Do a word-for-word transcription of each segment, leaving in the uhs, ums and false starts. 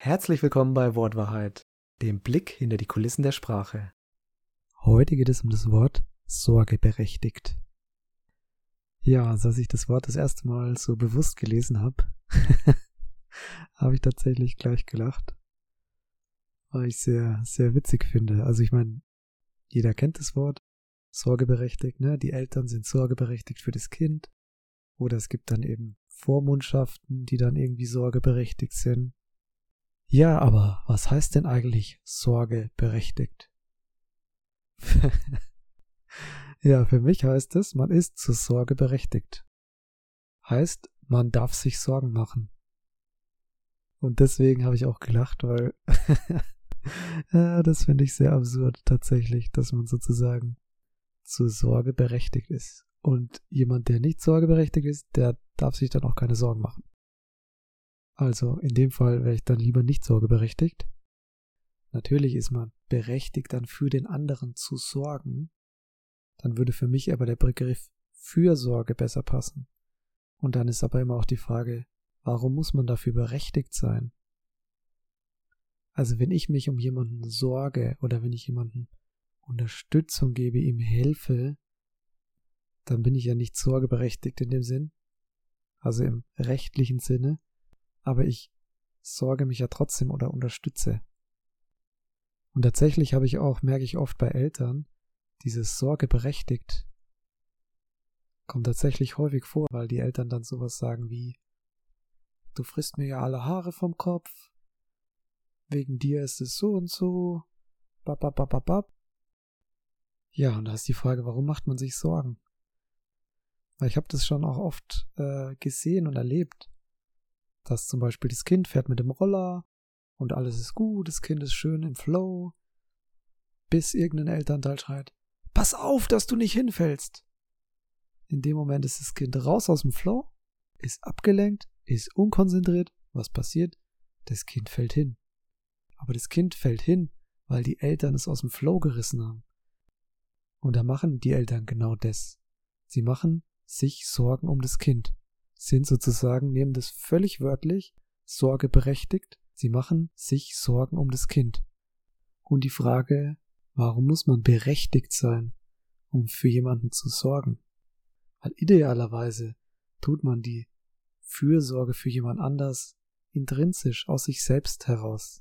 Herzlich willkommen bei Wortwahrheit, dem Blick hinter die Kulissen der Sprache. Heute geht es um das Wort sorgeberechtigt. Ja, also als ich das Wort das erste Mal so bewusst gelesen habe, habe ich tatsächlich gleich gelacht, weil ich sehr, sehr witzig finde. Also ich meine, jeder kennt das Wort, sorgeberechtigt, ne? Die Eltern sind sorgeberechtigt für das Kind. Oder es gibt dann eben Vormundschaften, die dann irgendwie sorgeberechtigt sind. Ja, aber was heißt denn eigentlich sorgeberechtigt? Ja, für mich heißt es, man ist zur Sorge berechtigt. Heißt, man darf sich Sorgen machen. Und deswegen habe ich auch gelacht, weil ja, das finde ich sehr absurd tatsächlich, dass man sozusagen zur Sorge berechtigt ist. Und jemand, der nicht sorgeberechtigt ist, der darf sich dann auch keine Sorgen machen. Also in dem Fall wäre ich dann lieber nicht sorgeberechtigt. Natürlich ist man berechtigt, dann für den anderen zu sorgen. Dann würde für mich aber der Begriff Fürsorge besser passen. Und dann ist aber immer auch die Frage, warum muss man dafür berechtigt sein? Also wenn ich mich um jemanden sorge oder wenn ich jemanden Unterstützung gebe, ihm helfe, dann bin ich ja nicht sorgeberechtigt in dem Sinn, also im rechtlichen Sinne, aber ich sorge mich ja trotzdem oder unterstütze. Und tatsächlich habe ich auch, merke ich oft bei Eltern, dieses sorgeberechtigt kommt tatsächlich häufig vor, weil die Eltern dann sowas sagen wie, du frisst mir ja alle Haare vom Kopf, wegen dir ist es so und so, bababababab. Ja, und da ist die Frage, warum macht man sich Sorgen? Weil ich habe das schon auch oft äh, gesehen und erlebt, dass zum Beispiel das Kind fährt mit dem Roller und alles ist gut, das Kind ist schön im Flow, bis irgendein Elternteil schreit, pass auf, dass du nicht hinfällst. In dem Moment ist das Kind raus aus dem Flow, ist abgelenkt, ist unkonzentriert. Was passiert? Das Kind fällt hin. Aber das Kind fällt hin, weil die Eltern es aus dem Flow gerissen haben. Und da machen die Eltern genau das. Sie machen sich Sorgen um das Kind. Sind sozusagen, nehmen das völlig wörtlich, sorgeberechtigt. Sie machen sich Sorgen um das Kind. Und die Frage, warum muss man berechtigt sein, um für jemanden zu sorgen? Weil idealerweise tut man die Fürsorge für jemand anders intrinsisch aus sich selbst heraus.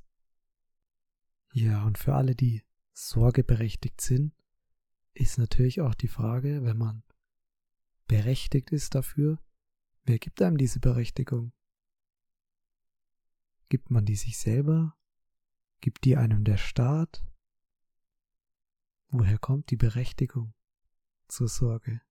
Ja, und für alle, die sorgeberechtigt sind, ist natürlich auch die Frage, wenn man berechtigt ist dafür, wer gibt einem diese Berechtigung? Gibt man die sich selber? Gibt die einem der Staat? Woher kommt die Berechtigung zur Sorge?